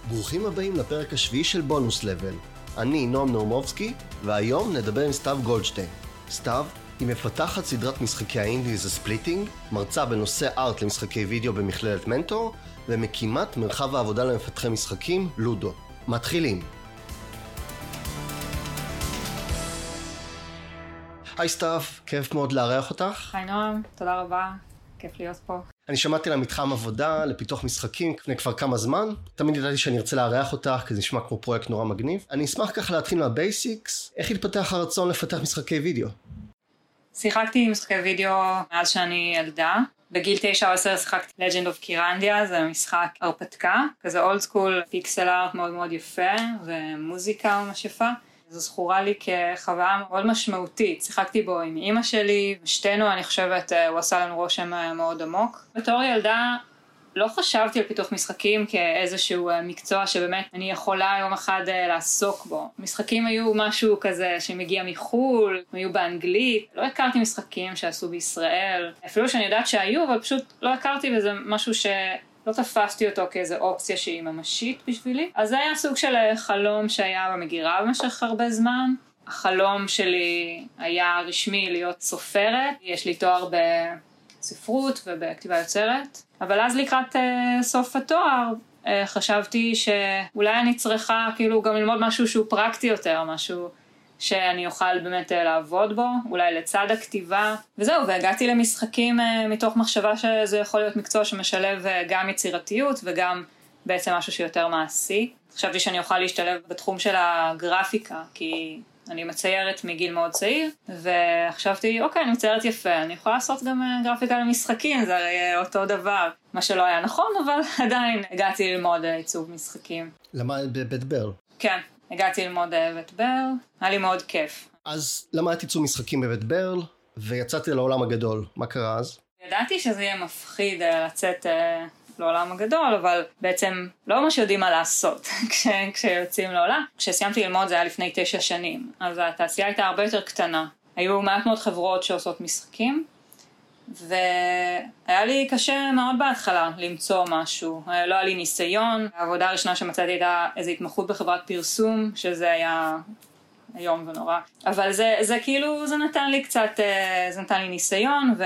ברוכים הבאים לפרק השביעי של בונוס לבל. אני נועם נאומובסקי, והיום נדבר עם סתיו גולדשטיין. סתיו היא מפתחת סדרת משחקי האינדי זה ספליטינג, מרצה בנושא ארט למשחקי וידאו במכללת מנטור, ומקימת מרחב העבודה למפתחי משחקים לודו. מתחילים. היי סתיו, כיף מאוד לארח אותך. היי נועם, תודה רבה, כיף להיות פה. אני שמעתי על מתחם עבודה לפיתוח משחקים לפני כבר כמה זמן. תמיד ידעתי שאני ארצה לארח אותך, כי זה נשמע כמו פרויקט נורא מגניב. אני אשמח ככה להתחיל מהבייסיקס. איך התפתח הרצון לפתח משחקי וידאו? שיחקתי משחקי וידאו מאז שאני ילדה. בגיל 9 או 10 שיחקתי Legend of Kyrandia, זה משחק הרפתקה, כזה אולד סקול, פיקסל ארט מאוד מאוד יפה, ומוזיקה ממש יפה. זו זכורה לי כחוויה מאוד משמעותית. שיחקתי בו עם אמא שלי, ושתינו, אני חושבת, הוא עשה לנו רושם מאוד עמוק. בתור ילדה לא חשבתי על פיתוח משחקים כאיזשהו מקצוע שבאמת אני יכולה יום אחד לעסוק בו. משחקים היו משהו כזה שמגיע מחול, היו באנגלית. לא הכרתי משחקים שעשו בישראל. אפילו שאני יודעת שהיו, אבל פשוט לא הכרתי, וזה משהו לא תפסתי אותו כאיזו אופציה שהיא ממשית בשבילי. אז זה היה סוג של חלום שהיה במגירה במשך הרבה זמן. החלום שלי היה רשמי להיות סופרת. יש לי תואר בספרות ובכתיבה יוצרת. אבל אז לקראת סוף התואר חשבתי שאולי אני צריכה כאילו גם ללמוד משהו שהוא פרקטי יותר, משהו שאני אוכל באמת לעבוד בו, אולי לצד הכתיבה, וזהו, והגעתי למשחקים מתוך מחשבה שזה יכול להיות מקצוע שמשלב גם יצירתיות וגם בעצם משהו שיותר מעשי. חשבתי שאני אוכל להשתלב בתחום של הגרפיקה, כי אני מציירת מגיל מאוד צעיר, וחשבתי, אוקיי, אני מציירת יפה, אני יכולה לעשות גם גרפיקה למשחקים, זה הרי אותו דבר. מה שלא היה נכון, אבל עדיין הגעתי ללמוד עיצוב משחקים. למדת בבית ברל? כן. הגעתי ללמוד בבית ברל, היה לי מאוד כיף. אז למדת עיצוב משחקים בבית ברל, ויצאתי לעולם הגדול. מה קרה אז? ידעתי שזה יהיה מפחיד לצאת לעולם הגדול, אבל בעצם לא ממש יודעים מה לעשות כשיוצאים לעולם. כשסיימתי ללמוד זה היה לפני 9 שנים, אז התעשייה הייתה הרבה יותר קטנה. היו מעט מאוד חברות שעושות משחקים, והיה לי קשה מאוד בהתחלה למצוא משהו. לא היה לי ניסיון. העבודה הראשונה שמצאתי הייתה איזו התמחות בחברת פרסום, שזה היה היום ונורא. אבל זה כאילו, זה נתן לי קצת, זה נתן לי ניסיון,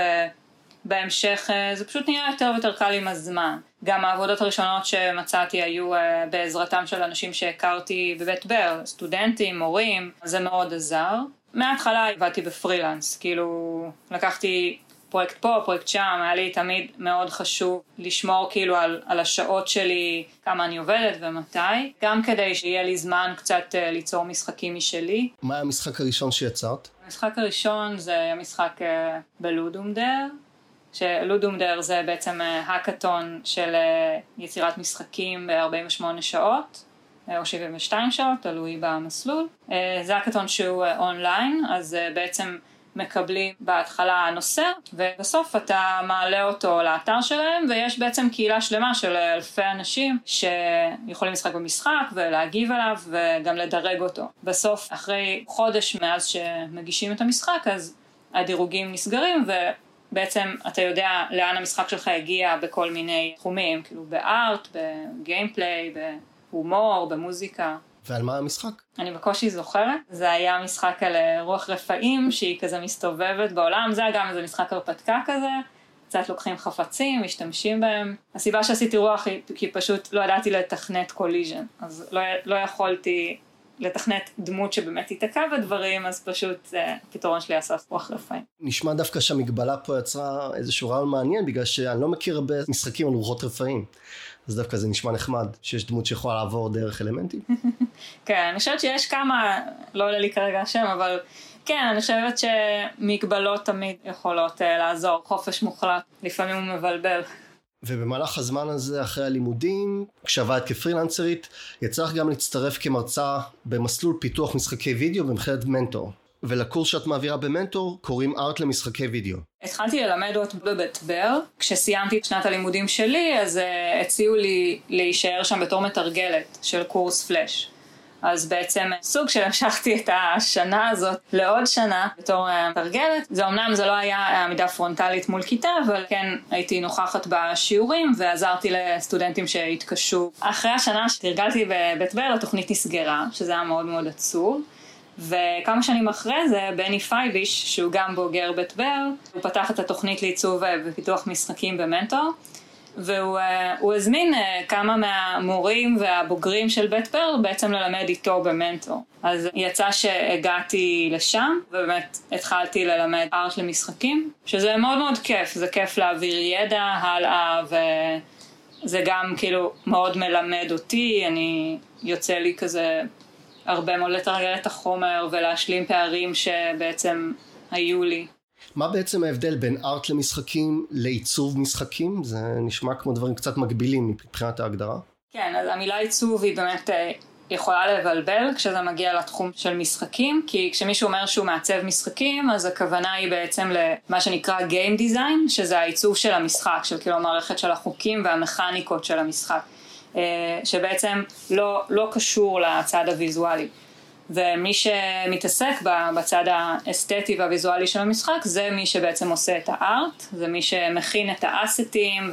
ובהמשך זה פשוט נהיה יותר ויותר קל עם הזמן. גם העבודות הראשונות שמצאתי היו בעזרתם של אנשים שהכרתי בבית ברל, סטודנטים, מורים, זה מאוד עזר. מההתחלה עבדתי בפרילנס, כאילו לקחתי פרויקט פה, פרויקט שם, היה לי תמיד מאוד חשוב לשמור כאילו על השעות שלי, כמה אני עובדת ומתי, גם כדי שיהיה לי זמן קצת ליצור משחקים משלי. מה המשחק הראשון שיצרת? המשחק הראשון זה משחק בלודומדר, שלודומדר זה בעצם האקתון של יצירת משחקים ב-48 שעות, או 72 שעות, תלוי במסלול. זה האקתון שהוא אונליין, אז בעצם מקבלים בהתחלה נושא, ובסוף אתה מעלה אותו לאתר שלהם, ויש בעצם קהילה שלמה של אלפי אנשים שיכולים לשחק במשחק ולהגיב עליו וגם לדרג אותו. בסוף, אחרי חודש מאז שמגישים את המשחק, אז הדירוגים נסגרים, ובעצם אתה יודע לאן המשחק שלך הגיע בכל מיני תחומים, כאילו בארט, בגיימפליי, בהומור, במוזיקה. ועל מה המשחק? אני בקושי זוכרת. זה היה משחק על רוח רפאים שהיא כזה מסתובבת בעולם. זה היה גם איזה משחק הרפתקה כזה. קצת לוקחים חפצים, משתמשים בהם. הסיבה שעשיתי רוח היא כי פשוט לא ידעתי לתכנת קוליז'ן. אז לא יכולתי לתכנת דמות שבאמת תיתקע בדברים, אז פשוט הפתרון שלי עשה רוח רפאים. נשמע דווקא שהמגבלה פה יצרה איזשהו רעיון מעניין, בגלל שאני לא מכיר הרבה משחקים על רוחות רפאים. אז דווקא זה נשמע נחמד, שיש דמות שיכולה לעבור דרך אלמנטים. כן, אני חושבת שיש כמה, לא עולה לי כרגע השם, אבל כן, אני חושבת שמגבלות תמיד יכולות לעזור. חופש מוחלט, לפעמים הוא מבלבל. ובמהלך הזמן הזה, אחרי הלימודים, כשעבדת כפרילנסרית, יצא לך גם להצטרף כמרצה במסלול פיתוח משחקי וידאו במכללת מנטור. ולקורס שאת מעבירה במנטור קוראים ארט למשחקי וידאו. התחלתי ללמד אותו בבית ברל. כשסיימתי את שנת הלימודים שלי, אז הציעו לי להישאר שם בתור מתרגלת של קורס פלאש. אז בעצם סוג של המשכתי את השנה הזאת לעוד שנה בתור מתרגלת. זה לא היה עמידה פרונטלית מול כיתה, אבל כן הייתי נוכחת בשיעורים ועזרתי לסטודנטים שהתקשו. אחרי השנה שתרגלתי בבית ברל, התוכנית נסגרה, שזה היה מאוד מאוד עצוב. וכמה שנים אחרי זה, בני פייביש, שהוא גם בוגר בית ברל, הוא פתח את התוכנית לעיצוב ופיתוח משחקים במנטור, והוא הזמין כמה מהמורים והבוגרים של בית ברל בעצם ללמד איתו במנטור. אז יצא שהגעתי לשם, ובאמת התחלתי ללמד ארט למשחקים, שזה מאוד מאוד כיף, זה כיף להעביר ידע הלאה, וזה גם כאילו מאוד מלמד אותי, אני יוצא לי כזה הרבה מאוד לתרגל את החומר ולהשלים פערים שבעצם היו לי. מה בעצם ההבדל בין ארט למשחקים לעיצוב משחקים? זה נשמע כמו דברים קצת מקבילים מבחינת ההגדרה. כן, אז המילה עיצוב היא באמת יכולה לבלבל כשזה מגיע לתחום של משחקים, כי כשמישהו אומר שהוא מעצב משחקים, אז הכוונה היא בעצם למה שנקרא Game Design, שזה העיצוב של המשחק, של כאילו המערכת של החוקים והמכניקות של המשחק, שבעצם לא קשור לצד הוויזואלי. ומי שמתעסק בצד האסתטי והוויזואלי של המשחק, זה מי שבעצם עושה את הארט, זה מי שמכין את האסטים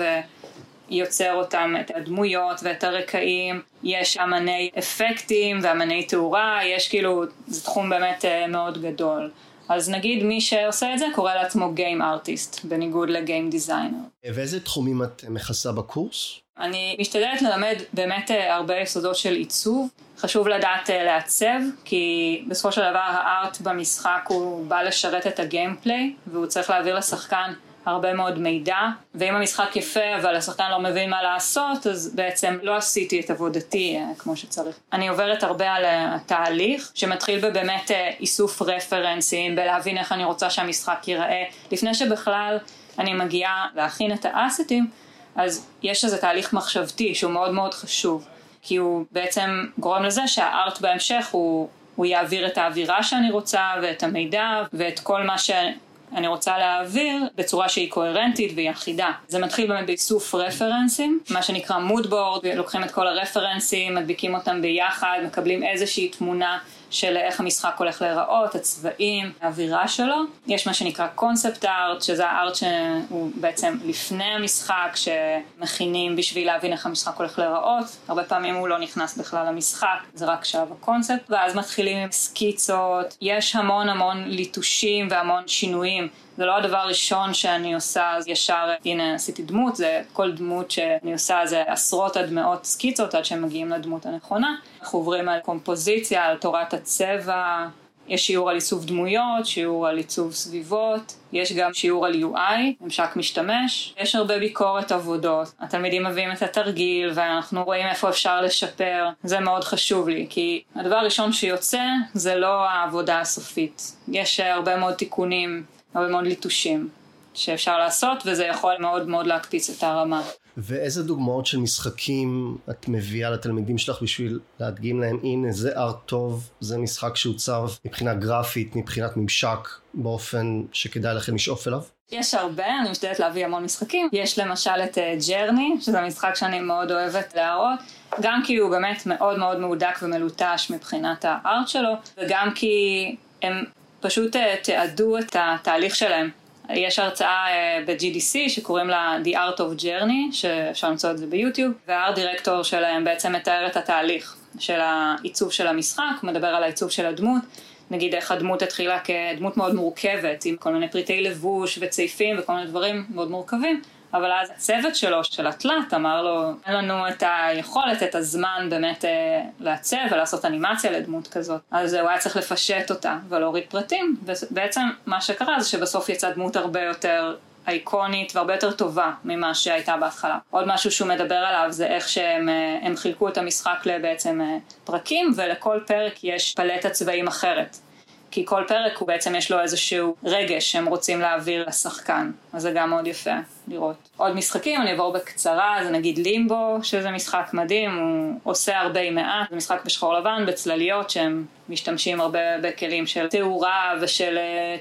ויוצר אותם, את הדמויות ואת הרקעים. יש אמני אפקטים ואמני תאורה, יש כאילו, זה תחום באמת מאוד גדול. אז נגיד מי שעושה את זה קורא לעצמו Game Artist, בניגוד ל-Game Designer. ואיזה תחומים את מכסה בקורס? אני משתדלת ללמד באמת הרבה יסודות של עיצוב. חשוב לדעת לעצב, כי בסופו של דבר הארט במשחק הוא בא לשרת את הגיימפליי, והוא צריך להעביר לשחקן הרבה מאוד מידע, ואם המשחק יפה אבל השחקן לא מבין מה לעשות, אז בעצם לא עשיתי את עבודתי כמו שצריך. אני עוברת הרבה על התהליך, שמתחיל בבאמת איסוף רפרנסים, בלהבין איך אני רוצה שהמשחק ייראה. לפני שבכלל אני מגיעה להכין את האסטים, אז יש איזה תהליך מחשבתי שהוא מאוד מאוד חשוב, כי הוא בעצם גורם לזה שהארט בהמשך הוא יעביר את האווירה שאני רוצה ואת המידע ואת כל מה שאני רוצה להעביר בצורה שהיא קוהרנטית והיא אחידה. זה מתחיל באמת באיסוף רפרנסים, מה שנקרא mood board, לוקחים את כל הרפרנסים, מדביקים אותם ביחד, מקבלים איזושהי תמונה של איך המשחק הולך להיראות, הצבעים, האווירה שלו. יש מה שנקרא קונספט ארט, שזה הארט שהוא בעצם לפני המשחק, שמכינים בשביל להבין איך המשחק הולך להיראות. הרבה פעמים הוא לא נכנס בכלל למשחק, זה רק שב הקונספט. ואז מתחילים עם סקיצות, יש המון ליטושים והמון שינויים. זה לא הדבר הראשון שאני עושה, אז ישר, הנה עשיתי דמות, זה כל דמות שאני עושה זה עשרות עד מאות סקיצות עד שהם מגיעים לדמות הנכונה. אנחנו עוברים על קומפוזיציה, על תורת הצבע, יש שיעור על עיצוב דמויות, שיעור על עיצוב סביבות, יש גם שיעור על UI, ממשק משתמש, יש הרבה ביקורת עבודות, התלמידים מביאים את התרגיל ואנחנו רואים איפה אפשר לשפר, זה מאוד חשוב לי, כי הדבר הראשון שיוצא זה לא העבודה הסופית, יש הרבה מאוד תיקונים, הרבה מאוד ליטושים שאפשר לעשות, וזה יכול מאוד מאוד להקפיץ את הרמה. ואיזה דוגמאות של משחקים את מביאה לתלמידים שלך בשביל להדגים להם, הנה זה ארט טוב, זה משחק שהוצב מבחינה גרפית, מבחינת ממשק, באופן שכדאי לכם לשאוף אליו? יש הרבה, אני משתדלת להביא המון משחקים. יש למשל את ג'רני, שזה משחק שאני מאוד אוהבת להראות, גם כי הוא באמת מאוד מאוד מהודק ומלוטש מבחינת הארט שלו, וגם כי הם פשוט תעדו את התהליך שלהם. יש הרצאה ב-GDC שקוראים לה The Art of Journey, שאפשר למצוא את זה ביוטיוב, והארט דירקטור שלהם בעצם מתאר את התהליך של העיצוב של המשחק, הוא מדבר על העיצוב של הדמות, נגיד איך הדמות התחילה כדמות מאוד מורכבת, עם כל מיני פריטי לבוש וצייפים וכל מיני דברים מאוד מורכבים, אבל אז הצוות שלו, של התלת, אמר לו, אין לנו את היכולת, את הזמן באמת לעצב ולעשות אנימציה לדמות כזאת. אז הוא היה צריך לפשט אותה ולהוריד פרטים, ובעצם מה שקרה זה שבסוף יצאה דמות הרבה יותר אייקונית והרבה יותר טובה ממה שהייתה בהתחלה. עוד משהו שהוא מדבר עליו זה איך שהם חילקו את המשחק לבעצם פרקים, ולכל פרק יש פלטת צבעים אחרת. כי כל פרק הוא בעצם יש לו איזשהו רגש שהם רוצים להעביר לשחקן. אז זה גם מאוד יפה לראות. עוד משחקים, אני אעבור בקצרה, זה נגיד לימבו, שזה משחק מדהים, הוא עושה הרבה עם מעט, זה משחק בשחור לבן, בצלליות, שהם משתמשים הרבה בכלים של תאורה ושל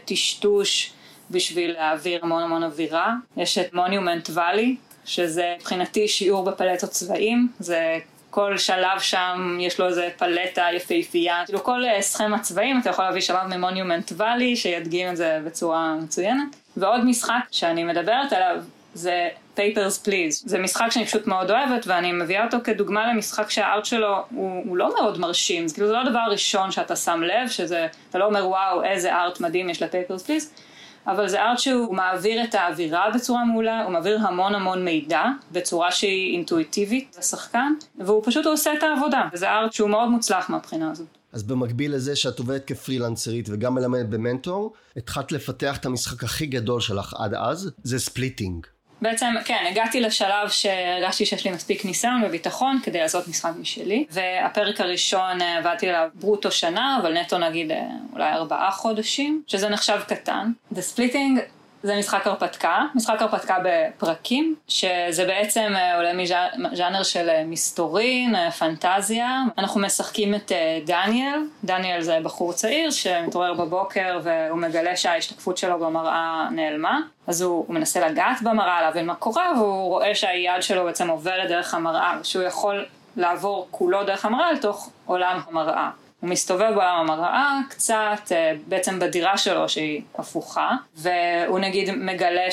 טשטוש, בשביל להעביר המון אווירה. יש את מוניומנט ואלי, שזה מבחינתי שיעור בפלטות צבעים, זה כל שלב שם יש לו איזה פלטה יפהפייה, כאילו כל סכמה צבעים אתה יכול להביא שלב ממוניומנט ואלי שידגים את זה בצורה מצוינת. ועוד משחק שאני מדברת עליו זה Papers, Please. זה משחק שאני פשוט מאוד אוהבת, ואני מביאה אותו כדוגמה למשחק שהארט שלו הוא לא מאוד מרשים. זה לא הדבר הראשון שאתה שם לב, אתה לא אומר וואו איזה ארט מדהים יש ל-Papers, Please, אבל זה ארט שהוא מעביר את האווירה בצורה מעולה, הוא מעביר המון מידע בצורה שהיא אינטואיטיבית לשחקן, והוא פשוט עושה את העבודה. וזה ארט שהוא מאוד מוצלח מהבחינה הזאת. אז במקביל לזה שאת עובדת כפרילנסרית וגם מלמדת במנטור, התחלת לפתח את המשחק הכי גדול שלך עד אז, זה ספליטינג. בעצם, כן, הגעתי לשלב שהרגשתי שיש לי מספיק ניסיון וביטחון כדי לעשות משחק משלי, והפרק הראשון עבדתי עליו ברוטו שנה, אבל נטו נגיד אולי 4 חודשים, שזה נחשב קטן. The Splitting זה משחק הרפתקה בפרקים, שזה בעצם עולה מז'אנר של מסתורין, פנטזיה. אנחנו משחקים את דניאל זה בחור צעיר שמתעורר בבוקר והוא מגלה שההשתקפות שלו במראה נעלמה, אז הוא מנסה לגעת במראה, להבין מה קורה, והוא רואה שהיד שלו בעצם עוברת דרך המראה, שהוא יכול לעבור כולו דרך המראה לתוך עולם המראה. הוא מסתובב בעולם המראה קצת, בעצם בדירה שלו שהיא הפוכה, והוא נגיד מגלה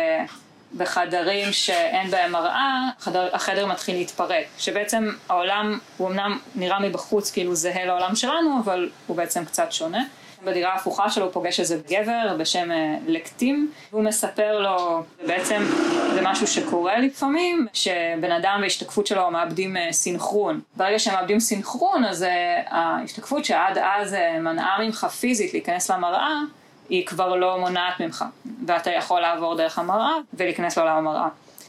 שבחדרים שאין בהם מראה, החדר מתחיל להתפרק, שבעצם העולם הוא אמנם נראה מבחוץ כאילו זהה לעולם שלנו, אבל הוא בעצם קצת שונה. בדירה ההפוכה שלו הוא פוגש איזה גבר בשם לקטים, והוא מספר לו, בעצם זה משהו שקורה לפעמים, שבן אדם וההשתקפות שלו מאבדים סינכרון. ברגע שהם מאבדים סינכרון, אז ההשתקפות שעד אז מנעה ממך פיזית להיכנס למראה, היא כבר לא מונעת ממך, ואתה יכול לעבור דרך המראה ולהיכנס לעולם המראה.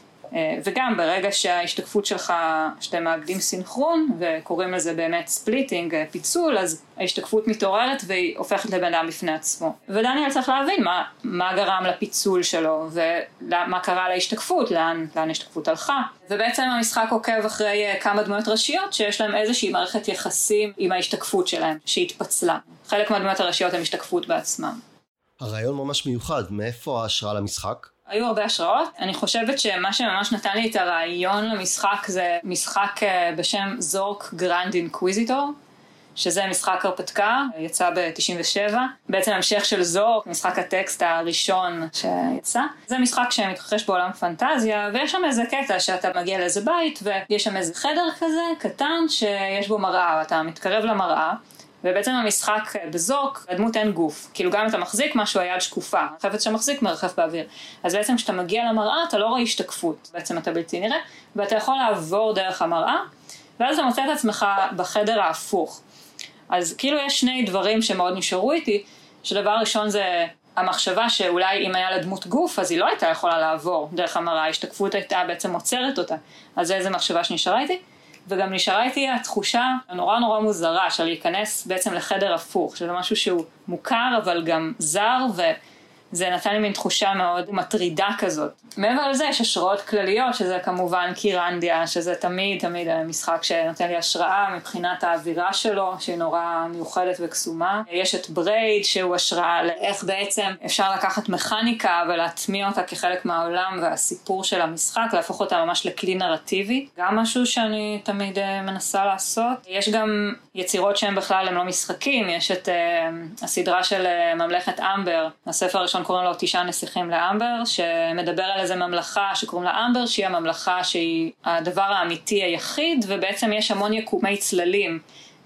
וגם ברגע שההשתקפות שלך, שאתם מאבדים סינכרון, וקוראים לזה באמת ספליטינג, פיצול, אז ההשתקפות מתעוררת והיא הופכת לבן אדם בפני עצמו. ודניאל צריך להבין מה גרם לפיצול שלו, ומה קרה להשתקפות, לאן ההשתקפות הלכה. ובעצם המשחק עוקב אחרי כמה דמויות ראשיות, שיש להם איזושהי מערכת יחסים עם ההשתקפות שלהם, שהתפצלה. חלק מהדמויות הראשיות הם השתקפות בעצמם. הרעיון ממש מיוחד, מאיפה ההשראה למשחק? היו הרבה השראות. אני חושבת שמה שממש נתן לי את הרעיון למשחק זה משחק בשם זורק גרנד אינקוויזיטור, שזה משחק הרפתקה, יצא ב-97. בעצם המשך של זורק, משחק הטקסט הראשון שיצא. זה משחק שמתרחש בעולם פנטזיה, ויש שם איזה קטע שאתה מגיע לאיזה בית, ויש שם איזה חדר כזה קטן שיש בו מראה, ואתה מתקרב למראה, ובעצם המשחק בזוק, הדמות אין גוף. כאילו גם אתה מחזיק משהו, היד שקופה. החפץ שמחזיק מרחף באוויר. אז בעצם כשאתה מגיע למראה, אתה לא רואה השתקפות. בעצם אתה בלתי נראה, ואתה יכול לעבור דרך המראה, ואז אתה מוצא את עצמך בחדר ההפוך. אז כאילו יש שני דברים שמאוד נשארו איתי, שדבר ראשון זה המחשבה שאולי אם היה לה דמות גוף, אז היא לא הייתה יכולה לעבור דרך המראה. ההשתקפות הייתה בעצם עוצרת אותה. אז זה איזה מחשבה שנשארה איתי. וגם נשארה איתי התחושה נורא מוזרה של להיכנס בעצם לחדר הפוך, שזה משהו שהוא מוכר אבל גם זר, וזה נתן לי מין תחושה מאוד מטרידה כזאת. מעבר לזה יש השראות כלליות, שזה כמובן קירנדיה, שזה תמיד משחק שנותן לי השראה מבחינת האווירה שלו, שהיא נורא מיוחדת וקסומה. יש את ברייד שהוא השראה לאיך בעצם אפשר לקחת מכניקה ולהטמיע אותה כחלק מהעולם והסיפור של המשחק, להפוך אותה ממש לכלי נרטיבי. גם משהו שאני תמיד מנסה לעשות. יש גם יצירות שהן בכלל הם לא משחקים, יש את הסדרה של ממלכת אמבר, הספר הראשון קוראים לו 9 נסיכים לאמבר, שמדבר על איזה ממלכה שקוראים לה אמבר, שהיא הממלכה שהיא הדבר האמיתי היחיד, ובעצם יש המון יקומי צללים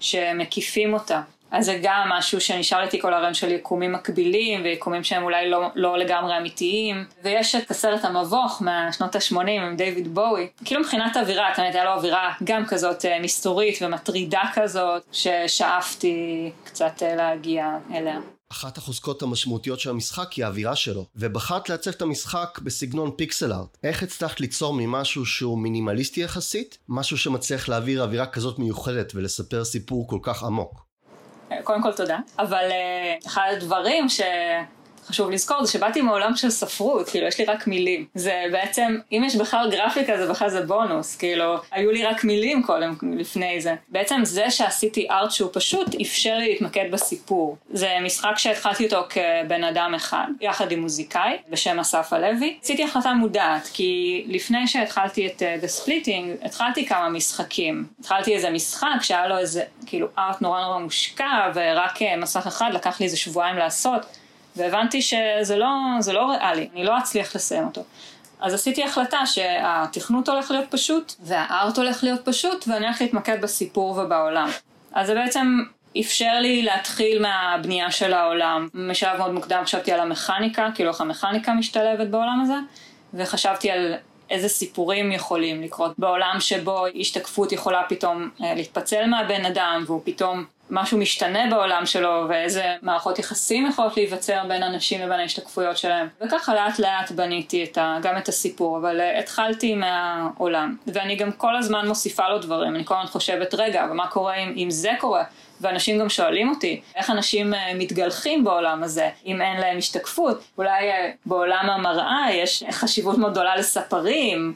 שמקיפים אותה. אז זה גם משהו שנשאר איתי כל הרעיון של יקומים מקבילים, ויקומים שהם אולי לא לגמרי אמיתיים. ויש את הסרט המבוך מהשנות ה-80 עם דיוויד בואי. כאילו מבחינת אווירה, תמיד היה לו אווירה גם כזאת מסתורית ומטרידה כזאת, ששאפתי קצת להגיע אליה. אחת החוזקות המשמעותיות של המשחק היא האווירה שלו, ובחרת לעצב את המשחק בסגנון פיקסל ארט. איך הצלחת ליצור ממשהו שהוא מינימליסטי יחסית, משהו שמצליח להעביר אווירה כזאת מיוחדת ולספר סיפור כל כך עמוק? קודם כל תודה, אבל אחד הדברים חשוב לזכור, זה שבאתי מעולם של ספרות, כאילו יש לי רק מילים. זה בעצם, אם יש בכלל גרפיקה, זה בכלל זה בונוס, כאילו, היו לי רק מילים קודם לפני זה. בעצם זה שעשיתי ארט שהוא פשוט, אפשר לי להתמקד בסיפור. זה משחק שהתחלתי אותו כבן אדם אחד, יחד עם מוזיקאי, בשם אסף הלוי. עשיתי החלטה מודעת, כי לפני שהתחלתי את The Splitting, התחלתי כמה משחקים. התחלתי איזה משחק שהיה לו איזה, כאילו, ארט נורא נורא מושקע, ורק מסך אחד לקח לי איזה שבועיים לעשות. והבנתי שזה לא ריאלי, אני לא אצליח לסיים אותו. אז עשיתי החלטה שהתכנות הולך להיות פשוט, והארט הולך להיות פשוט, ואני הולך להתמקד בסיפור ובעולם. אז זה בעצם אפשר לי להתחיל מהבנייה של העולם. בשלב מאוד מוקדם חשבתי על המכניקה, כאילו איך המכניקה משתלבת בעולם הזה, וחשבתי על איזה סיפורים יכולים לקרות בעולם שבו השתקפות יכולה פתאום להתפצל מהבן אדם, והוא פתאום משהו משתנה בעולם שלו, ואיזה מערכות יחסים יכולות להיווצר בין אנשים לבין ההשתקפויות שלהם. וככה לאט לאט בניתי גם את הסיפור, אבל התחלתי מהעולם. ואני גם כל הזמן מוסיפה לו דברים. אני כל הזמן חושבת, רגע, ומה קורה אם זה קורה? ואנשים גם שואלים אותי, איך אנשים מתגלחים בעולם הזה, אם אין להם השתקפות? אולי בעולם המראה יש חשיבות מאוד גדולה לספרים.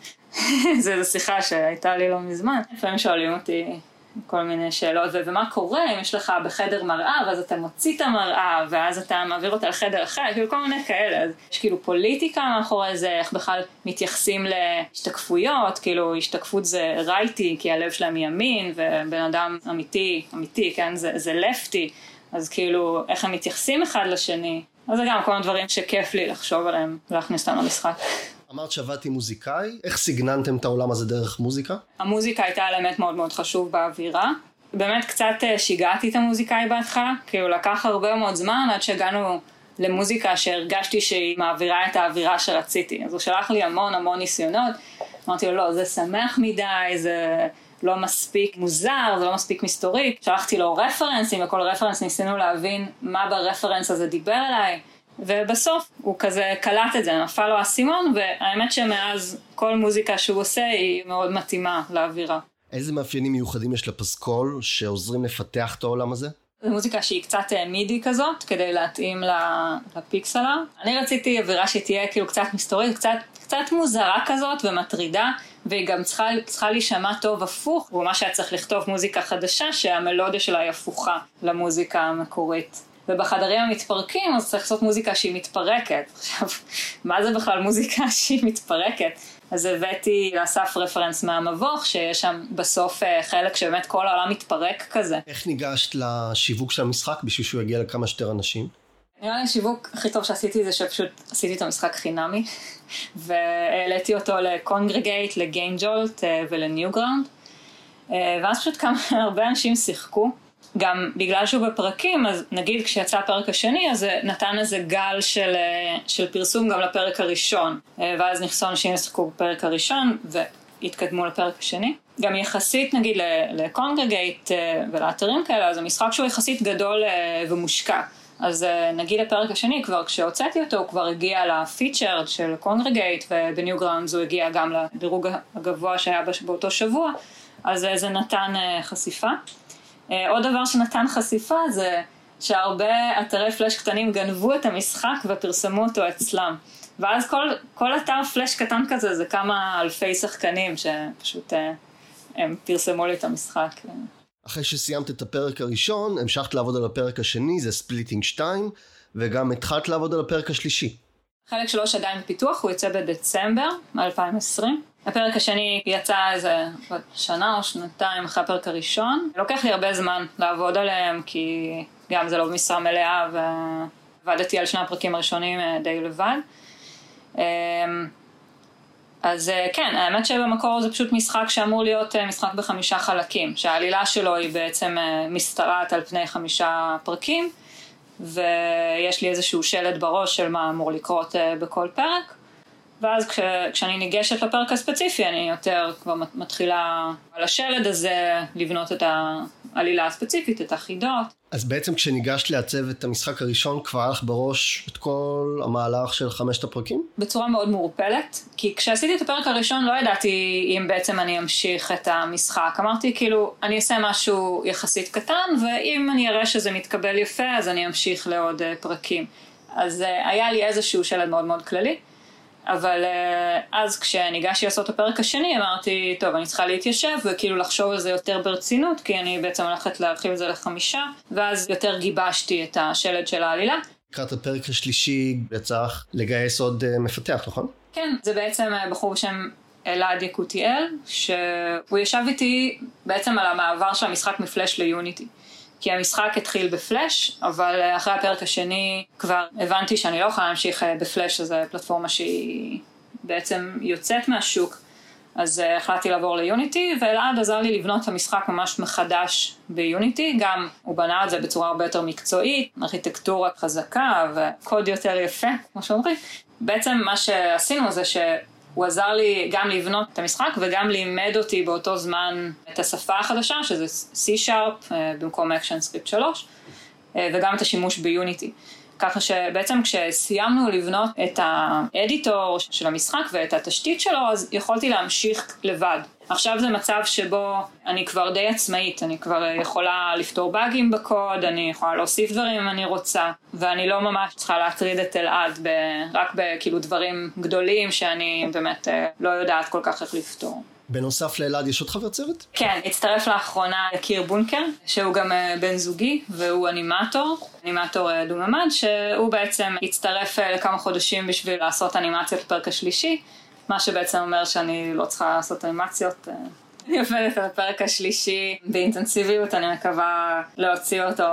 זו שיחה שהייתה לי לא מזמן. לפעמים שואלים אותי כל מיני שאלות, ומה קורה אם יש לך בחדר מראה, ואז אתה מוציא את המראה, ואז אתה מעביר אותה לחדר אחר, כאילו כל מיני כאלה. אז יש כאילו פוליטיקה מאחורי זה, איך בכלל מתייחסים להשתקפויות, כאילו השתקפות זה רייטי, כי הלב שלהם ימין, ובן אדם אמיתי, כן, זה לפטי, אז כאילו איך הם מתייחסים אחד לשני. אז זה גם כל מיני דברים שכיף לי לחשוב עליהם, להכניס אותם למשחק. אמרת שעבדתי מוזיקאי, איך סגננתם את העולם הזה דרך מוזיקה? המוזיקה הייתה אלמנט מאוד מאוד חשוב באווירה. באמת קצת שיגעתי את המוזיקאי בהתחלה, כאילו לקח הרבה מאוד זמן עד שהגענו למוזיקה שהרגשתי שהיא מעבירה את האווירה שרציתי. אז הוא שלח לי המון ניסיונות, אמרתי לו לא, זה שמח מדי, זה לא מספיק מוזר, זה לא מספיק מסתורי. שלחתי לו רפרנסים, וכל רפרנס ניסינו להבין מה ברפרנס הזה דיבר אליי. ובסוף הוא כזה קלט את זה, נפל לו הסימון, והאמת שמאז כל מוזיקה שהוא עושה היא מאוד מתאימה לאווירה. איזה מאפיינים מיוחדים יש לפסקול שעוזרים לפתח את העולם הזה? זו מוזיקה שהיא קצת מידי כזאת, כדי להתאים לפיקסלה. אני רציתי אווירה שתהיה כאילו קצת מסתורית, קצת מוזרה כזאת ומטרידה, והיא גם צריכה להישמע טוב הפוך, ומה שהיה צריך לכתוב מוזיקה חדשה, שהמלודיה שלה היא הפוכה למוזיקה המקורית. ובחדרים המתפרקים, אז צריך לעשות מוזיקה שהיא מתפרקת. עכשיו, מה זה בכלל מוזיקה שהיא מתפרקת? אז הבאתי לאסף רפרנס מהמבוך, שיש שם בסוף חלק שבאמת כל העולם מתפרק כזה. איך ניגשת לשיווק של המשחק בשביל שהוא יגיע לכמה שיותר אנשים? נראה לי השיווק הכי טוב שעשיתי זה שפשוט עשיתי את המשחק חינמי, והעליתי אותו לקונגרגייט, לגיינג'ולט ולניוגראונד, ואז פשוט הרבה אנשים שיחקו. גם בגלל שהוא בפרקים, אז נגיד כשיצא הפרק השני, אז נתן איזה גל של פרסום גם לפרק הראשון, ואז נכנסו אנשים לשחקו בפרק הראשון, והתקדמו לפרק השני. גם יחסית נגיד לקונגרגייט ולאתרים כאלה, אז המשחק שהוא יחסית גדול ומושקע. אז נגיד הפרק השני, כבר כשהוצאתי אותו, הוא כבר הגיע לפיצ'רד של קונגרגייט, ובניוגראונדס הוא הגיע גם לדירוג הגבוה שהיה באותו שבוע, אז זה נתן חשיפה. עוד דבר שנתן חשיפה זה שהרבה אתרי פלאש קטנים גנבו את המשחק ופרסמו אותו אצלם. ואז כל אתר פלאש קטן כזה זה כמה אלפי שחקנים שפשוט הם פרסמו לי את המשחק. אחרי שסיימת את הפרק הראשון, המשכת לעבוד על הפרק השני, זה ספליטינג 2, וגם התחלת לעבוד על הפרק השלישי. חלק 3 עדיין בפיתוח, הוא יצא בדצמבר 2020. הפרק השני יצא איזה שנה או שנתיים אחרי הפרק הראשון. לוקח לי הרבה זמן לעבוד עליהם, כי גם זה לא במשרה מלאה, ועבדתי על 2 הפרקים הראשונים די לבד. אז כן, האמת שבמקור זה פשוט משחק שאמור להיות משחק ב5 חלקים, שהעלילה שלו היא בעצם משתרעת על פני 5 פרקים, ויש לי איזשהו שלט בראש של מה אמור לקרות בכל פרק. ואז כשאני ניגשת לפרק הספציפי, אני יותר כבר מתחילה על השלד הזה לבנות את העלילה הספציפית, את החידות. אז בעצם כשניגשת לעצב את המשחק הראשון, כבר הלך בראש את כל המהלך של 5 הפרקים? בצורה מאוד מעורפלת, כי כשעשיתי את הפרק הראשון לא ידעתי אם בעצם אני אמשיך את המשחק. אמרתי כאילו, אני אעשה משהו יחסית קטן, ואם אני אראה שזה מתקבל יפה, אז אני אמשיך לעוד פרקים. אז היה לי איזשהו שלד מאוד מאוד כללי, אבל אז כשניגשתי לעשות את הפרק השני אמרתי, טוב, אני צריכה להתיישב וכאילו לחשוב על זה יותר ברצינות, כי אני בעצם הולכת להרחיב את זה ל5, ואז יותר גיבשתי את השלד של העלילה. לקראת הפרק השלישי יצא לגייס עוד מפתח, נכון? כן, זה בעצם בחור בשם אלעד יקותיאל, שהוא ישב איתי בעצם על המעבר של המשחק מפלש ליוניטי. כי המשחק התחיל בפלש, אבל אחרי הפרק השני כבר הבנתי שאני לא יכולה להמשיך בפלש, שזו פלטפורמה שהיא בעצם יוצאת מהשוק. אז החלטתי לעבור ליוניטי, ואלעד עזר לי לבנות את המשחק ממש מחדש ביוניטי. גם הוא בנה את זה בצורה הרבה יותר מקצועית, ארכיטקטורה חזקה וקוד יותר יפה, כמו שאומרים. בעצם מה שעשינו זה הוא עזר לי גם לבנות את המשחק וגם לימד אותי באותו זמן את השפה החדשה, שזה C# במקום ActionScript 3, וגם את השימוש ביוניטי. ככה שבעצם כשסיימנו לבנות את האדיטור של המשחק ואת התשתית שלו, אז יכולתי להמשיך לבד. עכשיו זה מצב שבו אני כבר די עצמאית, אני כבר יכולה לפתור באגים בקוד, אני יכולה להוסיף דברים אם אני רוצה, ואני לא ממש צריכה להטריד את אלעד רק בכאילו דברים גדולים שאני באמת לא יודעת כל כך איך לפתור. בנוסף לאלעד יש עוד חבר צוות? כן, הצטרף לאחרונה יקיר בונקר, שהוא גם בן זוגי, והוא אנימטור דו-ממד, שהוא בעצם הצטרף לכמה חודשים בשביל לעשות אנימציות לפרק השלישי, מה שבעצם אומר שאני לא צריכה לעשות אנימציות. אני עובדת על הפרק השלישי באינטנסיביות, אני מקווה להוציא אותו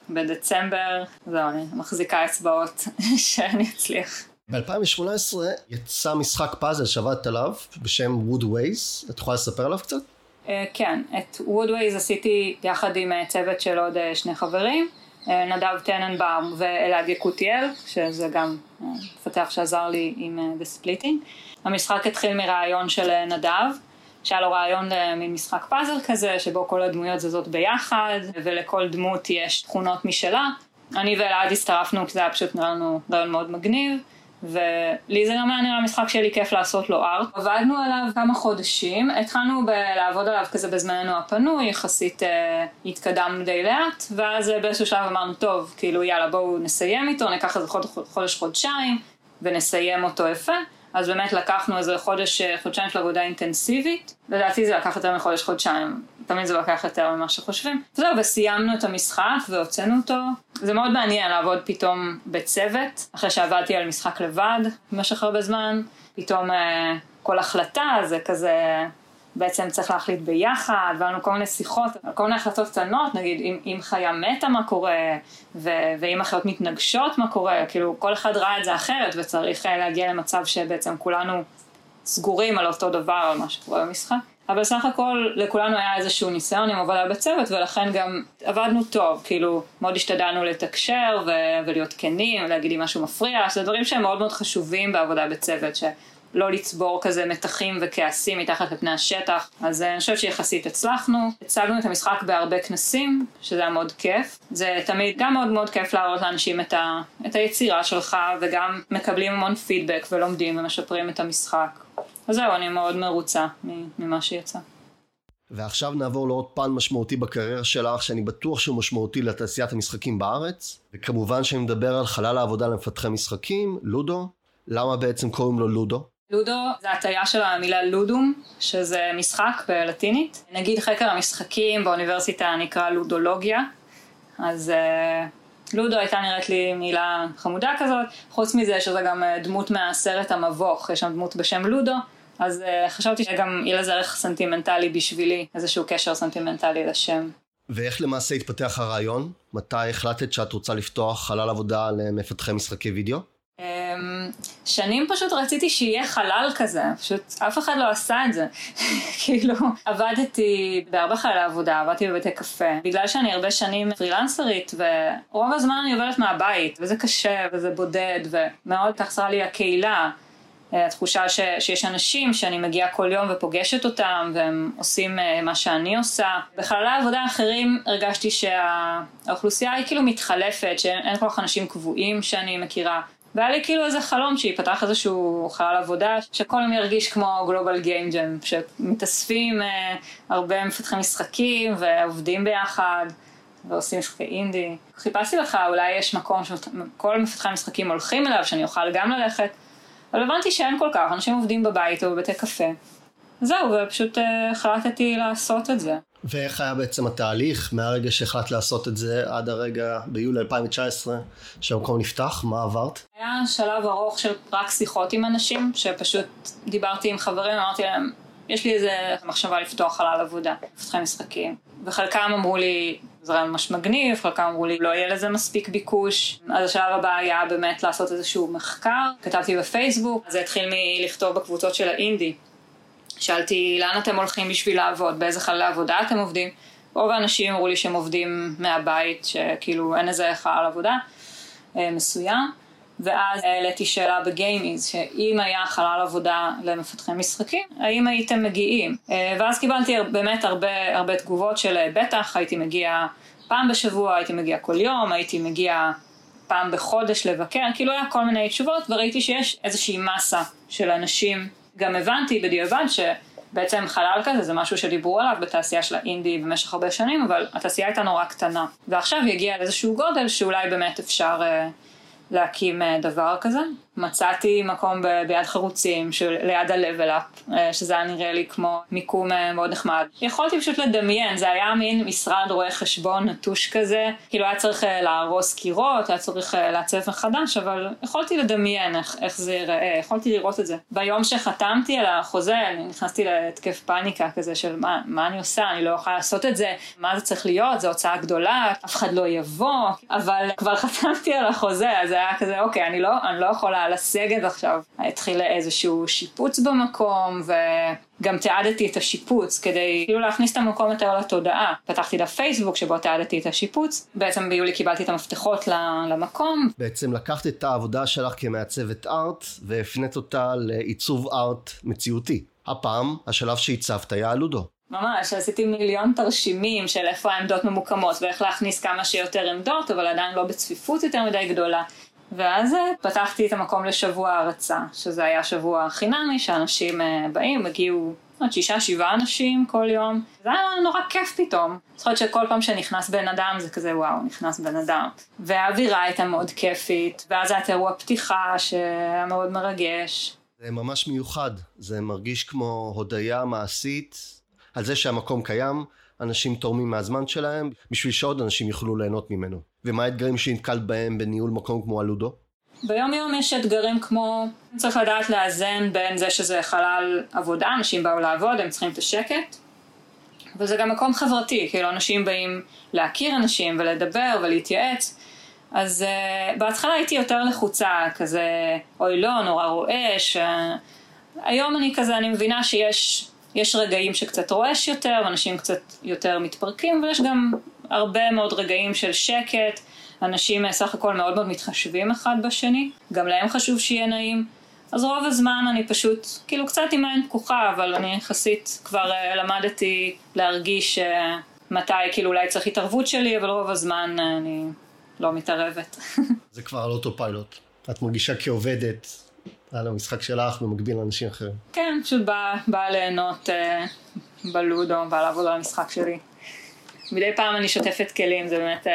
בדצמבר, זהו, אני מחזיקה אצבעות שאני אצליח. ב-2018 יצא משחק פאזל שעבדת עליו בשם Woodways, את יכולה לספר עליו קצת? כן, את Woodways עשיתי יחד עם צוות של עוד 2 חברים, נדב טננבאום ואלעד יקותיאל, שזה גם מפתח שעזר לי עם The Splitting. המשחק התחיל מרעיון של נדב, שהיה לו רעיון למין משחק פאזל כזה, שבו כל הדמויות זזות ביחד, ולכל דמות יש תכונות משלה. אני ואלעד הסתרפנו, כי זה היה פשוט נראה לנו רעיון מאוד מגניב, ולי זה גם היה נראה משחק שלי כיף לעשות לו ארט. עבדנו עליו כמה חודשים, התחלנו לעבוד עליו כזה בזמננו הפנוי, יחסית התקדמנו די לאט, ואז באיזשהו שלב אמרנו, טוב, כאילו יאללה בואו נסיים איתו, ניקח איזה חודש-חודשיים, ונסיים אותו יפה. אז באמת לקחנו איזה חודשיים של עבודה אינטנסיבית, לדעתי זה לקח יותר מחודש-חודשיים, תמיד זה לקח יותר ממה שחושבים. וזהו, וסיימנו את המשחק והוצאנו אותו. זה מאוד מעניין לעבוד פתאום בצוות, אחרי שעבדתי על משחק לבד במשך הרבה זמן, פתאום כל החלטה זה כזה, בעצם צריך להחליט ביחד, וענו כל מיני שיחות, כל מיני החלטות קטנות, נגיד אם חיה מתה מה קורה, ואם החיות מתנגשות מה קורה, כאילו כל אחד ראה את זה אחרת, וצריך להגיע למצב שבעצם כולנו סגורים על אותו דבר, על מה שקורה במשחק. אבל סך הכל לכולנו היה איזשהו ניסיון עם עבודה בצוות, ולכן גם עבדנו טוב, כאילו מאוד השתדלנו לתקשר ולהיות כנים, להגיד לי משהו מפריע, שזה דברים שהם מאוד מאוד חשובים בעבודה בצוות, שלא לצבור כזה מתחים וכעסים מתחת לפני השטח. אז אני חושבת שיחסית הצלחנו, הצגנו את המשחק בהרבה כנסים, שזה היה מאוד כיף. זה תמיד גם מאוד מאוד כיף להראות לאנשים את היצירה שלך, וגם מקבלים המון פידבק ולומדים ומשפרים את המשחק. אז זהו, אני מאוד מרוצה ממה שיצא. ועכשיו נעבור לעוד פן משמעותי בקריירה שלך, שאני בטוח שהוא משמעותי לתעשיית המשחקים בארץ, וכמובן שאני מדבר על חלל העבודה למפתחי משחקים, לודו. למה בעצם קוראים לו לודו? לודו זה הטעיה של המילה לודום, שזה משחק בלטינית. נגיד חקר המשחקים באוניברסיטה נקרא לודולוגיה, אז לודו הייתה נראית לי מילה חמודה כזאת, חוץ מזה שזה גם דמות מהסרט המבוך, יש שם דמות בשם לודו, אז חשבתי שגם יהיה לזה ערך סנטימנטלי בשבילי, איזשהו קשר סנטימנטלי לשם. ואיך למעשה התפתח הרעיון? מתי החלטת שאת רוצה לפתוח חלל עבודה למפתחי משחקי וידאו? שנים פשוט רציתי שיהיה חלל כזה, פשוט אף אחד לא עשה את זה. כאילו, עבדתי בהרבה חלל עבודה, עבדתי בבתי קפה, בגלל שאני הרבה שנים פרילנסרית, ורוב הזמן אני עובדת מהבית, וזה קשה, וזה בודד, ומאוד תחסרה לי הקהילה, התחושה שיש אנשים שאני מגיעה כל יום ופוגשת אותם, והם עושים מה שאני עושה. בחללי העבודה האחרים הרגשתי שהאוכלוסייה היא כאילו מתחלפת, שאין כל כך אנשים קבועים שאני מכירה, והיה לי כאילו איזה חלום שיפתח איזשהו חלל עבודה, שכל יום ירגיש כמו גלובל גיים ג'ם, שמתאספים הרבה מפתחי משחקים ועובדים ביחד, ועושים משחקי אינדי. חיפשתי לך, אולי יש מקום שכל מפתחי משחקים הולכים אליו, שאני אוכל גם ללכת, אבל הבנתי שאין כל כך, אנשים עובדים בבית או בבתי קפה. זהו, ופשוט החלטתי לעשות את זה. ואיך היה בעצם התהליך מהרגע שהחלטת לעשות את זה עד הרגע ביולי 2019 שהמקום נפתח? מה עברת? היה שלב ארוך של רק שיחות עם אנשים, שפשוט דיברתי עם חברים, אמרתי להם, יש לי איזה מחשבה לפתוח חלל עבודה, מפתחי משחקים. וחלקם אמרו לי, זה רעיון ממש מגניב, חלקם אמרו לי, לא יהיה לזה מספיק ביקוש. אז השלב הבא היה באמת לעשות איזשהו מחקר. כתבתי בפייסבוק, זה התחיל מלכתוב בקבוצות של האינדי. שאלתי, לאן אתם הולכים בשביל לעבוד? באיזה חלל עבודה אתם עובדים? רוב האנשים אמרו לי שהם עובדים מהבית, שכאילו אין איזה חלל עבודה מסוים. ואז העליתי שאלה בגיימיז, שאם היה חלל עבודה למפתחי משחקים, האם הייתם מגיעים? ואז קיבלתי באמת הרבה תגובות של בטח, הייתי מגיע פעם בשבוע, הייתי מגיע כל יום, הייתי מגיע פעם בחודש לבקר, כאילו היה כל מיני תשובות, וראיתי שיש איזושהי מסה של אנשים. גם הבנתי בדיעבד שבעצם חלל כזה זה משהו שדיברו עליו בתעשייה של האינדי במשך הרבה שנים, אבל התעשייה הייתה נורא קטנה. ועכשיו יגיע איזשהו גודל שאולי באמת אפשר להקים דבר כזה. מצאתי מקום ביד חרוצים, ליד ה-level up, שזה היה נראה לי כמו מיקום מאוד נחמד. יכולתי פשוט לדמיין, זה היה מין משרד רואה חשבון נטוש כזה, כאילו היה צריך להרוס קירות, היה צריך לעצב מחדש, אבל יכולתי לדמיין איך זה ייראה, יכולתי לראות את זה. ביום שחתמתי על החוזה, אני נכנסתי להתקף פאניקה כזה של מה אני עושה, אני לא יכולה לעשות את זה, מה זה צריך להיות, זו הוצאה גדולה, אף אחד לא יבוא, אבל כבר חתמתי על החוזה, אז היה כזה, אוקיי, אני לא יכולה לסגת עכשיו. התחיל איזשהו שיפוץ במקום, וגם תיעדתי את השיפוץ, כדי כאילו להכניס את המקום יותר לתודעה. פתחתי לפייסבוק שבו תיעדתי את השיפוץ. בעצם ביולי קיבלתי את המפתחות למקום. בעצם לקחת את העבודה שלך כמעצבת ארט, והפנית אותה לעיצוב ארט מציאותי. הפעם, השלב שהצבת היה לודו. ממש, עשיתי מיליון תרשימים של איפה העמדות ממוקמות, ואיך להכניס כמה שיותר עמדות, אבל עדיין לא בצפיפות יותר מדי גדולה. ואז פתחתי את המקום לשבוע הרצה, שזה היה שבוע חינמי, שאנשים באים, הגיעו 6-7 אנשים כל יום. זה היה נורא כיף פתאום. זוכרת שכל פעם שנכנס בן אדם, זה כזה וואו, נכנס בן אדם. והאווירה הייתה מאוד כיפית, ואז היה אירוע פתיחה שהיה מאוד מרגש. זה ממש מיוחד, זה מרגיש כמו הודיה מעשית, על זה שהמקום קיים, אנשים תורמים מהזמן שלהם, בשביל שעוד אנשים יוכלו ליהנות ממנו. ומה האתגרים שנתקלת בהם בניהול מקום כמו הלודו? ביום יום יש אתגרים כמו, צריך לדעת לאזן בין זה שזה חלל עבודה, אנשים באו לעבוד, הם צריכים את השקט, וזה גם מקום חברתי, כאילו אנשים באים להכיר אנשים ולדבר ולהתייעץ, אז בהתחלה הייתי יותר לחוצה, כזה, אוי לא, נורא רועש, היום אני מבינה יש רגעים שקצת רועש יותר, אנשים קצת יותר מתפרקים, ויש גם הרבה מאוד רגעים של שקט, אנשים סך הכל מאוד מאוד מתחשבים אחד בשני, גם להם חשוב שיהיה נעים, אז רוב הזמן אני פשוט, כאילו קצת עם עין פקוחה, אבל אני יחסית כבר למדתי להרגיש מתי כאילו אולי צריך התערבות שלי, אבל רוב הזמן אני לא מתערבת. זה כבר על אוטו פיילוט, את מרגישה כעובדת על המשחק שלך במקביל לאנשים אחרים. כן, פשוט באה ליהנות בלודו, באה לעבוד על המשחק שלי. מדי פעם אני שוטפת כלים, זה באמת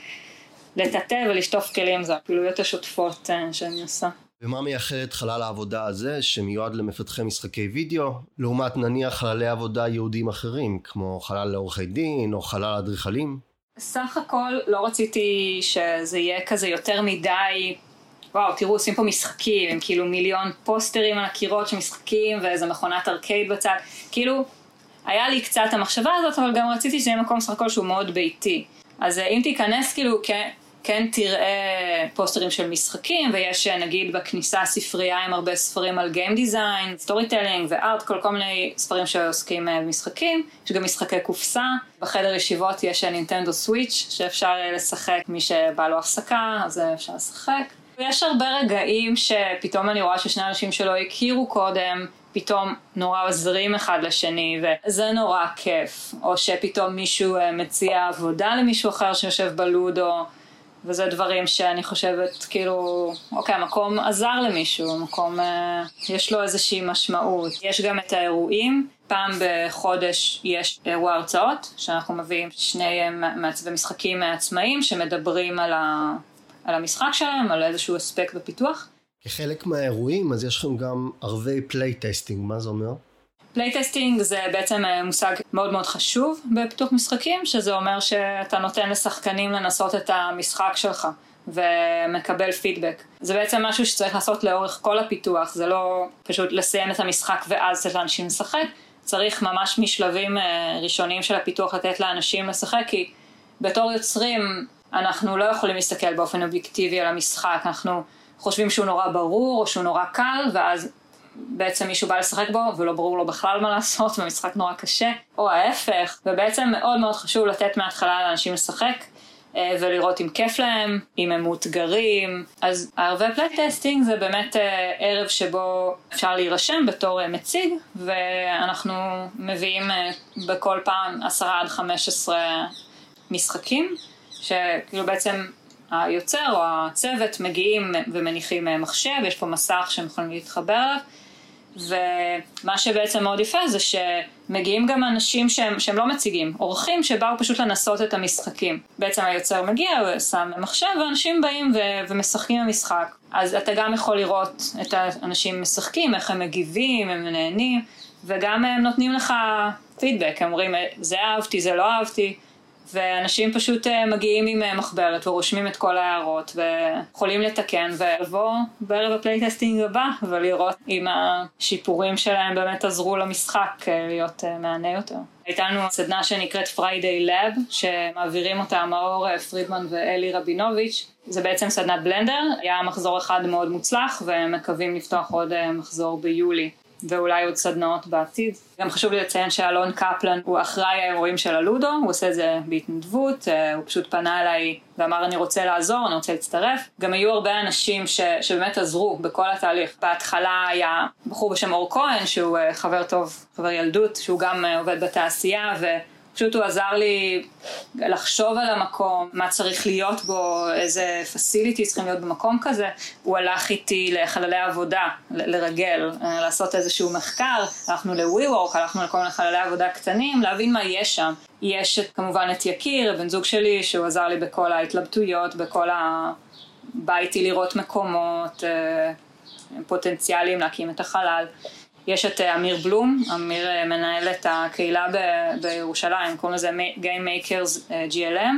לטאטא ולשטוף כלים, זה הפעילויות השוטפות שאני עושה. ומה מייחד את חלל העבודה הזה שמיועד למפתחי משחקי וידאו, לעומת נניח חללי עבודה יהודיים אחרים, כמו חלל לעורכי דין או חלל אדריכלים? סך הכל לא רציתי שזה יהיה כזה יותר מדי, וואו, תראו, עושים פה משחקים, הם כאילו מיליון פוסטרים על הקירות של משחקים, ואיזה מכונת ארקייד בצד, כאילו, היה לי קצת המחשבה הזאת, אבל גם רציתי שזה יהיה מקום סך הכל שהוא מאוד ביתי. אז אם תיכנס, כאילו, כן תראה פוסטרים של משחקים, ויש נגיד בכניסה ספרייה עם הרבה ספרים על גיים דיזיין, סטורי טלינג וארט, כל מיני ספרים שעוסקים במשחקים. יש גם משחקי קופסה. בחדר ישיבות יש נינטנדו סוויץ' שאפשר לשחק, מי שבא לו הפסקה, אז אפשר לשחק. ויש הרבה רגעים שפתאום אני רואה ששני אנשים שלא הכירו קודם, פתאום נורא עוזרים אחד לשני, וזה נורא כיף. או שפתאום מישהו מציע עבודה למישהו אחר שיושב בלודו, וזה דברים שאני חושבת, כאילו, אוקיי, המקום עזר למישהו, המקום, יש לו איזושהי משמעות. יש גם את האירועים, פעם בחודש יש אירוע הרצאות, שאנחנו מביאים שני מעצבי משחקים עצמאיים, שמדברים על המשחק שלהם, על איזשהו אספקט בפיתוח. כחלק מהאירועים, אז יש לכם גם ערבי פלייטסטינג, מה זה אומר? פלייטסטינג זה בעצם מושג מאוד מאוד חשוב בפיתוח משחקים, שזה אומר שאתה נותן לשחקנים לנסות את המשחק שלך ומקבל פידבק. זה בעצם משהו שצריך לעשות לאורך כל הפיתוח, זה לא פשוט לסיים את המשחק ואז לתת לאנשים לשחק, צריך ממש משלבים ראשונים של הפיתוח לתת לאנשים לשחק, כי בתור יוצרים אנחנו לא יכולים להסתכל באופן אובייקטיבי על המשחק, אנחנו חושבים שהוא נורא ברור או שהוא נורא קל, ואז בעצם מישהו בא לשחק בו ולא ברור לו בכלל מה לעשות, ומשחק נורא קשה, או ההפך, ובעצם מאוד מאוד חשוב לתת מההתחלה לאנשים לשחק, ולראות אם כיף להם, אם הם מאותגרים. אז הערבי פלייטסטינג זה באמת ערב שבו אפשר להירשם בתור מציג, ואנחנו מביאים בכל פעם 10 עד 15 משחקים, שכאילו בעצם היוצר או הצוות מגיעים ומניחים מחשב, יש פה מסך שהם יכולים להתחבר אליו, ומה שבעצם מאוד יפה זה שמגיעים גם אנשים שהם לא מציגים, אורחים שבאו פשוט לנסות את המשחקים. בעצם היוצר מגיע, הוא שם מחשב, ואנשים באים ומשחקים במשחק. אז אתה גם יכול לראות את האנשים משחקים, איך הם מגיבים, הם נהנים, וגם הם נותנים לך פידבק, הם אומרים, זה אהבתי, זה לא אהבתי, ואנשים פשוט מגיעים עם מחברת ורושמים את כל ההערות ויכולים לתקן ולבוא בערב הפלייטסטינג הבא ולראות אם השיפורים שלהם באמת עזרו למשחק להיות מענה יותר. הייתה לנו סדנה שנקראת Friday Lab שמעבירים אותה מאור פרידמן ואלי רבינוביץ'. זה בעצם סדנת בלנדר, היה מחזור אחד מאוד מוצלח ומקווים לפתוח עוד מחזור ביולי. ואולי עוד סדנאות בעתיד. גם חשוב לי לציין שאלון קפלן הוא אחראי האירועים של הלודו, הוא עושה את זה בהתנדבות, הוא פשוט פנה אליי ואמר אני רוצה לעזור, אני רוצה להצטרף. גם היו הרבה אנשים שבאמת עזרו בכל התהליך. בהתחלה היה בחור בשם אור כהן, שהוא חבר טוב, חבר ילדות, שהוא גם עובד בתעשייה, פשוט הוא עזר לי לחשוב על המקום, מה צריך להיות בו, איזה פסיליטי צריכים להיות במקום כזה. הוא הלך איתי לחללי עבודה, לרגל, לעשות איזשהו מחקר. הלכנו ל-WeWork, הלכנו לכל מיני חללי עבודה קטנים, להבין מה יש שם. יש כמובן את יקיר, בן זוג שלי, שהוא עזר לי בכל ההתלבטויות, בכל הביתי לראות מקומות פוטנציאליים להקים את החלל. יש את אמיר בלום, אמיר מנהל את הקהילה בירושלים, קוראים לזה Game Makers GLM,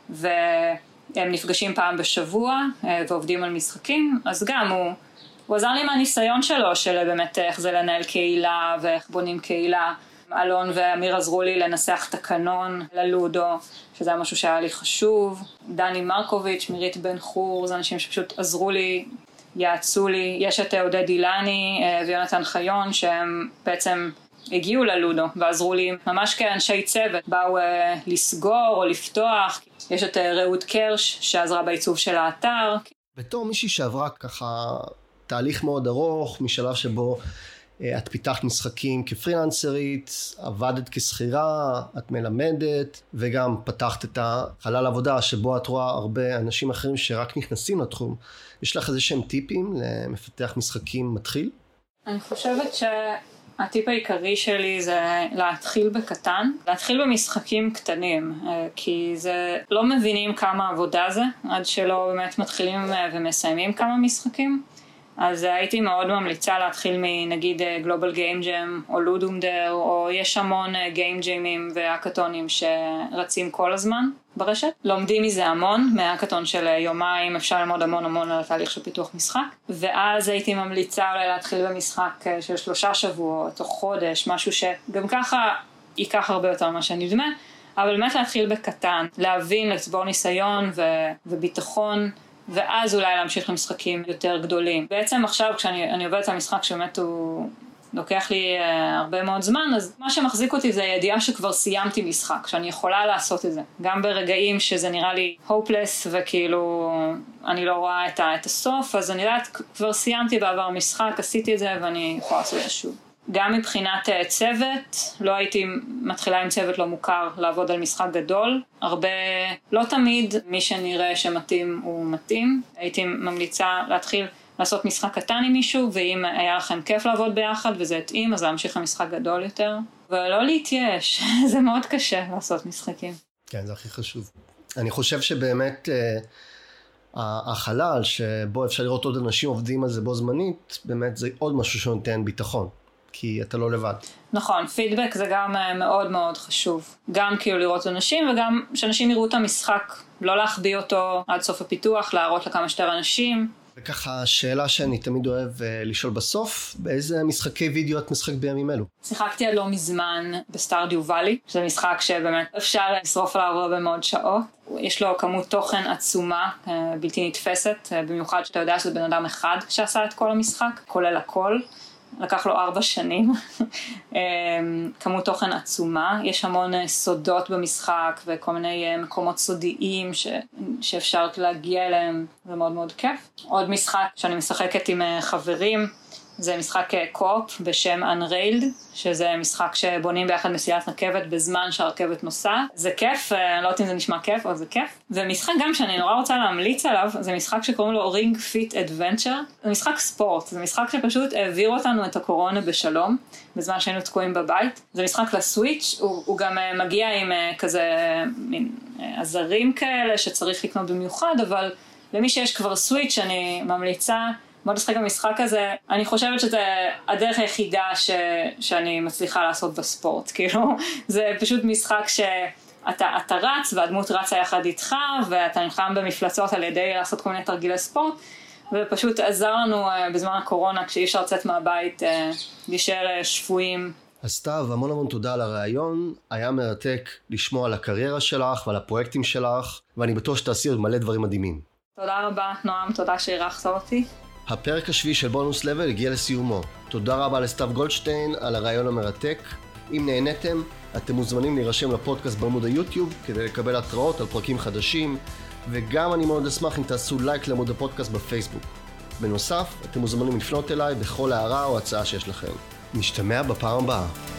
והם נפגשים פעם בשבוע ועובדים על משחקים, אז גם הוא עזר לי מהניסיון שלו, של באמת איך זה לנהל קהילה ואיך בונים קהילה. אלון ואמיר עזרו לי לנסח תקנון ללודו, שזה היה משהו שהיה לי חשוב. דני מרקוביץ', מירית בן חור, זה אנשים שפשוט עזרו לי, יעצו לי. יש את עודד אילני ויונתן חיון שהם בעצם הגיעו ללודו ועזרו לי ממש כאנשי צוות, באו לסגור או לפתוח. יש את רעות קרש שעזרה בעיצוב של האתר. בתור מישהי שעברה ככה תהליך מאוד ארוך, משלב שבו את פיתחת משחקים כפרילנסרית, עבדת כשכירה, את מלמדת, וגם פתחת את החלל עבודה שבו את רואה הרבה אנשים אחרים שרק נכנסים לתחום. יש לך איזה שהם טיפים למפתח משחקים מתחיל? אני חושבת שהטיפ העיקרי שלי זה להתחיל בקטן, להתחיל במשחקים קטנים, כי זה לא מבינים כמה עבודה זה, עד שלא באמת מתחילים ומסיימים כמה משחקים. אז הייתי מאוד ממליצה להתחיל מנגיד גלובל גיים ג'ם או לודומדר, או יש המון גיים ג'יימים והאקתונים שרצים כל הזמן ברשת. לומדים מזה המון, מהאקתון של יומיים אפשר ללמוד המון על התהליך של פיתוח משחק. ואז הייתי ממליצה אולי להתחיל במשחק של 3 שבועות או חודש, משהו שגם ככה ייקח הרבה יותר ממה שנדמה, אבל באמת להתחיל בקטן, להבין, לצבור ניסיון וביטחון, ואז אולי להמשיך למשחקים יותר גדולים. בעצם עכשיו כשאני עובדת על משחק שבאמת הוא לוקח לי הרבה מאוד זמן, אז מה שמחזיק אותי זה הידיעה שכבר סיימתי משחק, שאני יכולה לעשות את זה. גם ברגעים שזה נראה לי hopeless וכאילו אני לא רואה את הסוף, אז אני יודעת כבר סיימתי בעבר משחק, עשיתי את זה ואני יכולה לעשות את זה שוב. גם מבחינת צוות, לא הייתי מתחילה עם צוות לא מוכר לעבוד על משחק גדול. הרבה, לא תמיד מי שנראה שמתאים הוא מתאים. הייתי ממליצה להתחיל לעשות משחק קטן עם מישהו, ואם היה לכם כיף לעבוד ביחד וזה התאים, אז להמשיך למשחק גדול יותר. ולא להתייאש, זה מאוד קשה לעשות משחקים. כן, זה הכי חשוב. אני חושב שבאמת החלל שבו אפשר לראות עוד אנשים עובדים על זה בו זמנית, באמת זה עוד משהו שנותן ביטחון, כי אתה לא לבד. נכון, פידבק זה גם מאוד מאוד חשוב. גם כאילו לראות אנשים וגם שאנשים יראו את המשחק, לא להחביא אותו עד סוף הפיתוח, להראות לכמה שיותר אנשים. וככה, שאלה שאני תמיד אוהב לשאול בסוף, באיזה משחקי וידאו את משחק בימים אלו? שיחקתי עד לא מזמן בסטארדיו ואלי, שזה משחק שבאמת אפשר לשרוף עליו הרבה מאוד שעות. יש לו כמות תוכן עצומה, בלתי נתפסת, במיוחד שאתה יודע שזה בן אדם אחד שעשה את כל המשחק, כולל הכל. לקח לו 4 שנים, כמות תוכן עצומה, יש המון סודות במשחק וכל מיני מקומות סודיים שאפשר להגיע אליהם, זה מאוד מאוד כיף. עוד משחק שאני משחקת עם חברים, זה משחק קופ בשם Unrailed, שזה משחק שבונים ביחד מסילת רכבת בזמן שהרכבת נוסעת. זה כיף, לא יודעת אם זה נשמע כיף, אבל זה כיף. ומשחק גם שאני נורא רוצה להמליץ עליו, זה משחק שקוראים לו Ring Fit Adventure. זה משחק ספורט, זה משחק שפשוט העביר אותנו את הקורונה בשלום, בזמן שהיינו תקועים בבית. זה משחק לסוויץ', הוא גם מגיע עם כזה מין עזרים כאלה שצריך לקנות במיוחד, אבל למי שיש כבר סוויץ' אני ממליצה מאוד לשחק במשחק הזה. אני חושבת שזה הדרך היחידה שאני מצליחה לעשות בספורט. כאילו, זה פשוט משחק שאתה רץ והדמות רצה יחד איתך, ואתה נלחם במפלצות על ידי לעשות כל מיני תרגילי ספורט, ופשוט עזר לנו בזמן הקורונה, כשאי אפשר לצאת מהבית, להישאר שבויים. אז סתיו, המון המון תודה על הרעיון, היה מרתק לשמוע על הקריירה שלך ועל הפרויקטים שלך, ואני בטוח שתעשי עוד מלא דברים מדהימים. תודה רבה, נועם, תודה שהערכת אותי. הפרק השביעי של בונוס לבל הגיע לסיומו. תודה רבה לסתיו גולדשטיין על הרעיון המרתק. אם נהניתם, אתם מוזמנים להירשם לפודקאסט בעמוד היוטיוב כדי לקבל התראות על פרקים חדשים, וגם אני מאוד אשמח אם תעשו לייק לעמוד הפודקאסט בפייסבוק. בנוסף, אתם מוזמנים לפנות אליי בכל הערה או הצעה שיש לכם. נשתמע בפעם הבאה.